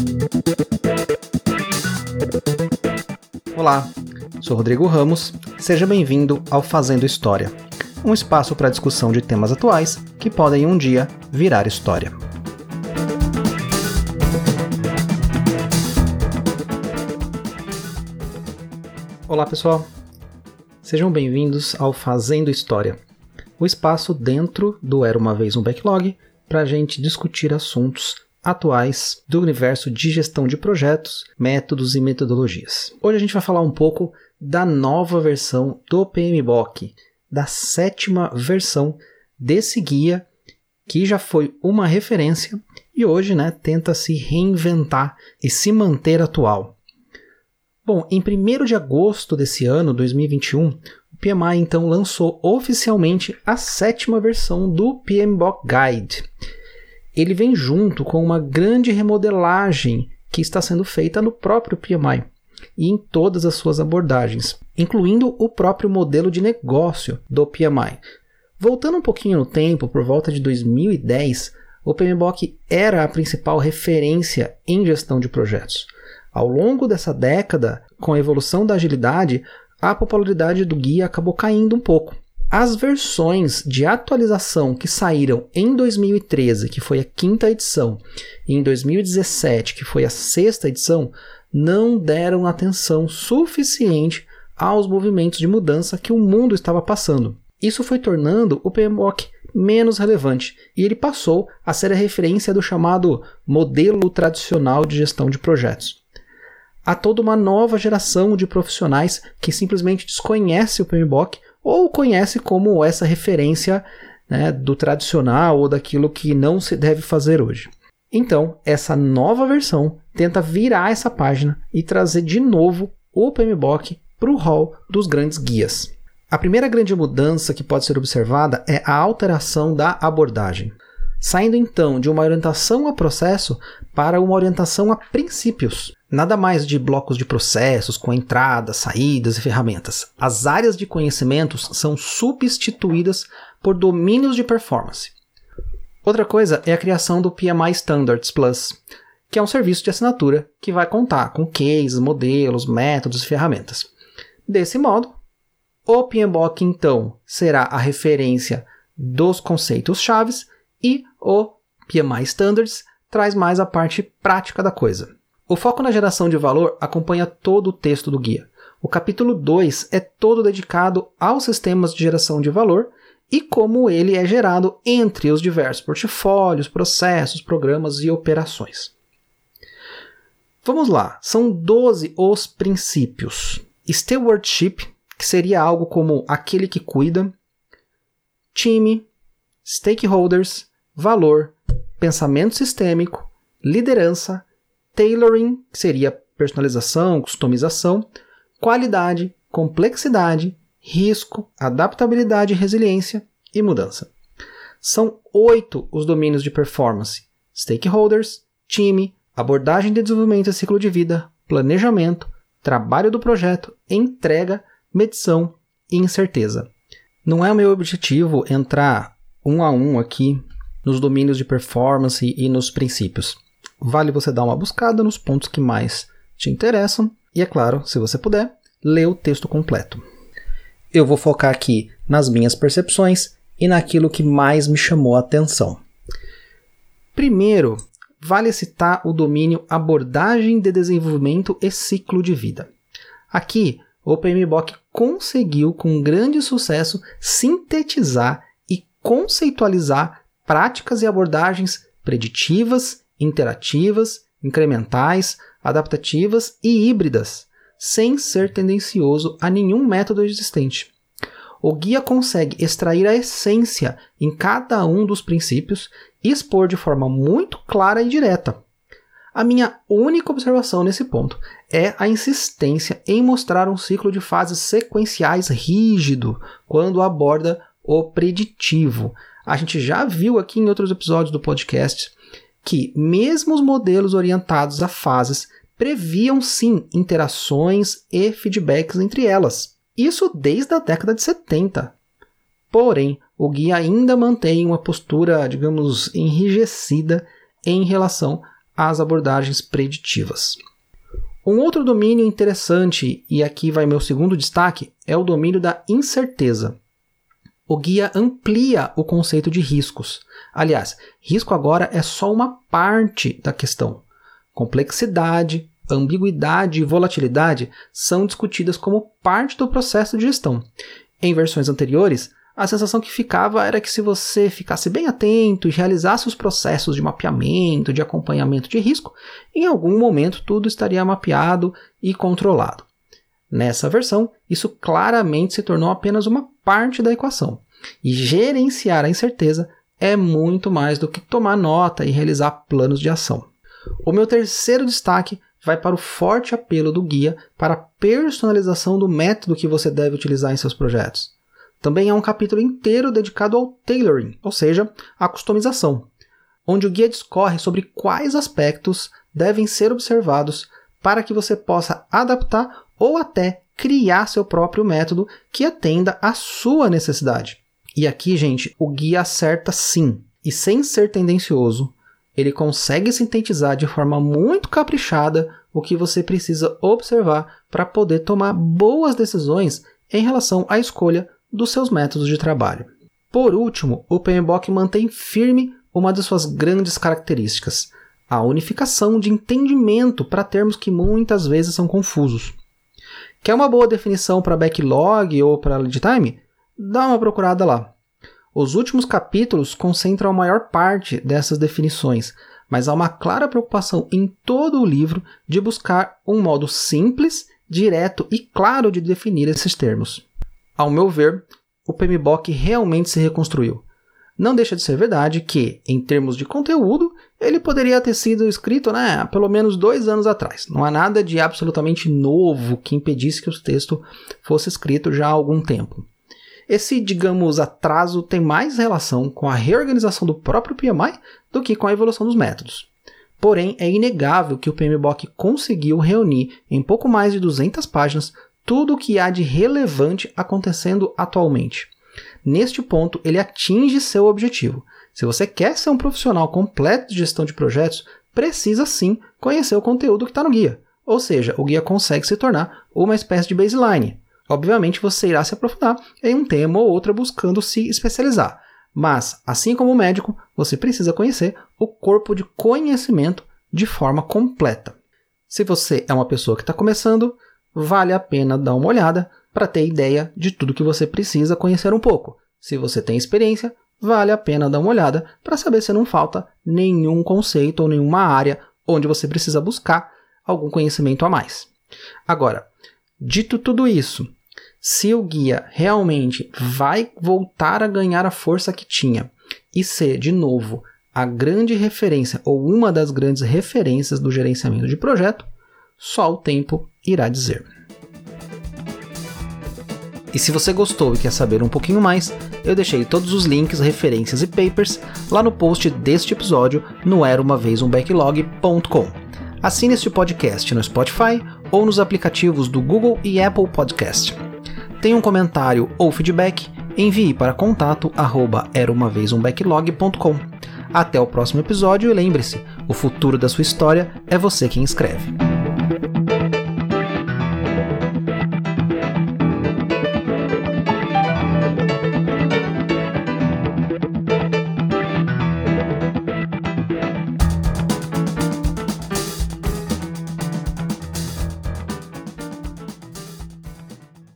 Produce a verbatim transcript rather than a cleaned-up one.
Olá, sou Rodrigo Ramos, seja bem-vindo ao Fazendo História, um espaço para discussão de temas atuais que podem um dia virar história. Olá pessoal, sejam bem-vindos ao Fazendo História, o espaço dentro do Era Uma Vez um Backlog para a gente discutir assuntos atuais do universo de gestão de projetos, métodos e metodologias. Hoje a gente vai falar um pouco da nova versão do P M B O K, da sétima versão desse guia que já foi uma referência e hoje, né, tenta se reinventar e se manter atual. Bom, em primeiro de agosto desse ano, dois mil e vinte e um, o P M I então lançou oficialmente a sétima versão do P M B O K Guide. Ele vem junto com uma grande remodelagem que está sendo feita no próprio P M I e em todas as suas abordagens, incluindo o próprio modelo de negócio do P M I. Voltando um pouquinho no tempo, por volta de dois mil e dez, o P M B O K era a principal referência em gestão de projetos. Ao longo dessa década, com a evolução da agilidade, a popularidade do guia acabou caindo um pouco. As versões de atualização que saíram em dois mil e treze, que foi a quinta edição, e em dois mil e dezessete, que foi a sexta edição, não deram atenção suficiente aos movimentos de mudança que o mundo estava passando. Isso foi tornando o P M B O K menos relevante, e ele passou a ser a referência do chamado modelo tradicional de gestão de projetos. Há toda uma nova geração de profissionais que simplesmente desconhece o P M B O K ou conhece como essa referência, né, do tradicional ou daquilo que não se deve fazer hoje. Então, essa nova versão tenta virar essa página e trazer de novo o P M B O K para o hall dos grandes guias. A primeira grande mudança que pode ser observada é a alteração da abordagem, saindo então de uma orientação a processo para uma orientação a princípios. Nada mais de blocos de processos com entradas, saídas e ferramentas. As áreas de conhecimentos são substituídas por domínios de performance. Outra coisa é a criação do P M I Standards Plus, que é um serviço de assinatura que vai contar com cases, modelos, métodos e ferramentas. Desse modo, o P M B O K então será a referência dos conceitos chaves e o P M I Standards traz mais a parte prática da coisa. O foco na geração de valor acompanha todo o texto do guia. O capítulo dois é todo dedicado aos sistemas de geração de valor e como ele é gerado entre os diversos portfólios, processos, programas e operações. Vamos lá, são doze os princípios. Stewardship, que seria algo como aquele que cuida, time, stakeholders, valor, pensamento sistêmico, liderança, tailoring, que seria personalização, customização, qualidade, complexidade, risco, adaptabilidade, resiliência e mudança. São oito os domínios de performance: stakeholders, time, abordagem de desenvolvimento e ciclo de vida, planejamento, trabalho do projeto, entrega, medição e incerteza. Não é o meu objetivo entrar um a um aqui nos domínios de performance e nos princípios. Vale você dar uma buscada nos pontos que mais te interessam e, é claro, se você puder, ler o texto completo. Eu vou focar aqui nas minhas percepções e naquilo que mais me chamou a atenção. Primeiro, vale citar o domínio abordagem de desenvolvimento e ciclo de vida. Aqui, o P M B O K conseguiu, com grande sucesso, sintetizar e conceitualizar práticas e abordagens preditivas, interativas, incrementais, adaptativas e híbridas, sem ser tendencioso a nenhum método existente. O guia consegue extrair a essência em cada um dos princípios e expor de forma muito clara e direta. A minha única observação nesse ponto é a insistência em mostrar um ciclo de fases sequenciais rígido quando aborda o preditivo. A gente já viu aqui em outros episódios do podcast que mesmo os modelos orientados a fases previam sim interações e feedbacks entre elas. Isso desde a década de setenta. Porém, o guia ainda mantém uma postura, digamos, enrijecida em relação as abordagens preditivas. Um outro domínio interessante, e aqui vai meu segundo destaque, é o domínio da incerteza. O guia amplia o conceito de riscos. Aliás, risco agora é só uma parte da questão. Complexidade, ambiguidade e volatilidade são discutidas como parte do processo de gestão. Em versões anteriores, a sensação que ficava era que se você ficasse bem atento e realizasse os processos de mapeamento, de acompanhamento de risco, em algum momento tudo estaria mapeado e controlado. Nessa versão, isso claramente se tornou apenas uma parte da equação. E gerenciar a incerteza é muito mais do que tomar nota e realizar planos de ação. O meu terceiro destaque vai para o forte apelo do guia para a personalização do método que você deve utilizar em seus projetos. Também há um capítulo inteiro dedicado ao tailoring, ou seja, à customização, onde o guia discorre sobre quais aspectos devem ser observados para que você possa adaptar ou até criar seu próprio método que atenda à sua necessidade. E aqui, gente, o guia acerta sim, e sem ser tendencioso, ele consegue sintetizar de forma muito caprichada o que você precisa observar para poder tomar boas decisões em relação à escolha dos seus métodos de trabalho. Por último, o P M B O K mantém firme uma de suas grandes características, a unificação de entendimento para termos que muitas vezes são confusos. Quer uma boa definição para backlog ou para lead time? Dá uma procurada lá. Os últimos capítulos concentram a maior parte dessas definições, mas há uma clara preocupação em todo o livro de buscar um modo simples, direto e claro de definir esses termos. Ao meu ver, o P M B O K realmente se reconstruiu. Não deixa de ser verdade que, em termos de conteúdo, ele poderia ter sido escrito, né, há pelo menos dois anos atrás. Não há nada de absolutamente novo que impedisse que o texto fosse escrito já há algum tempo. Esse, digamos, atraso tem mais relação com a reorganização do próprio P M I do que com a evolução dos métodos. Porém, é inegável que o P M B O K conseguiu reunir em pouco mais de duzentas páginas tudo o que há de relevante acontecendo atualmente. Neste ponto, ele atinge seu objetivo. Se você quer ser um profissional completo de gestão de projetos, precisa sim conhecer o conteúdo que está no guia. Ou seja, o guia consegue se tornar uma espécie de baseline. Obviamente, você irá se aprofundar em um tema ou outro buscando se especializar. Mas, assim como o médico, você precisa conhecer o corpo de conhecimento de forma completa. Se você é uma pessoa que está começando, vale a pena dar uma olhada para ter ideia de tudo que você precisa conhecer um pouco. Se você tem experiência, vale a pena dar uma olhada para saber se não falta nenhum conceito ou nenhuma área onde você precisa buscar algum conhecimento a mais. Agora, dito tudo isso, se o guia realmente vai voltar a ganhar a força que tinha e ser, de novo, a grande referência ou uma das grandes referências do gerenciamento de projeto, só o tempo irá dizer. E se você gostou e quer saber um pouquinho mais, eu deixei todos os links, referências e papers lá no post deste episódio no era uma vez um backlog ponto com. Assine este podcast no Spotify ou nos aplicativos do Google e Apple Podcast. Tem um comentário ou feedback? Envie para contato arroba era uma vez um backlog ponto com. Até o próximo episódio e lembre-se, o futuro da sua história é você quem escreve.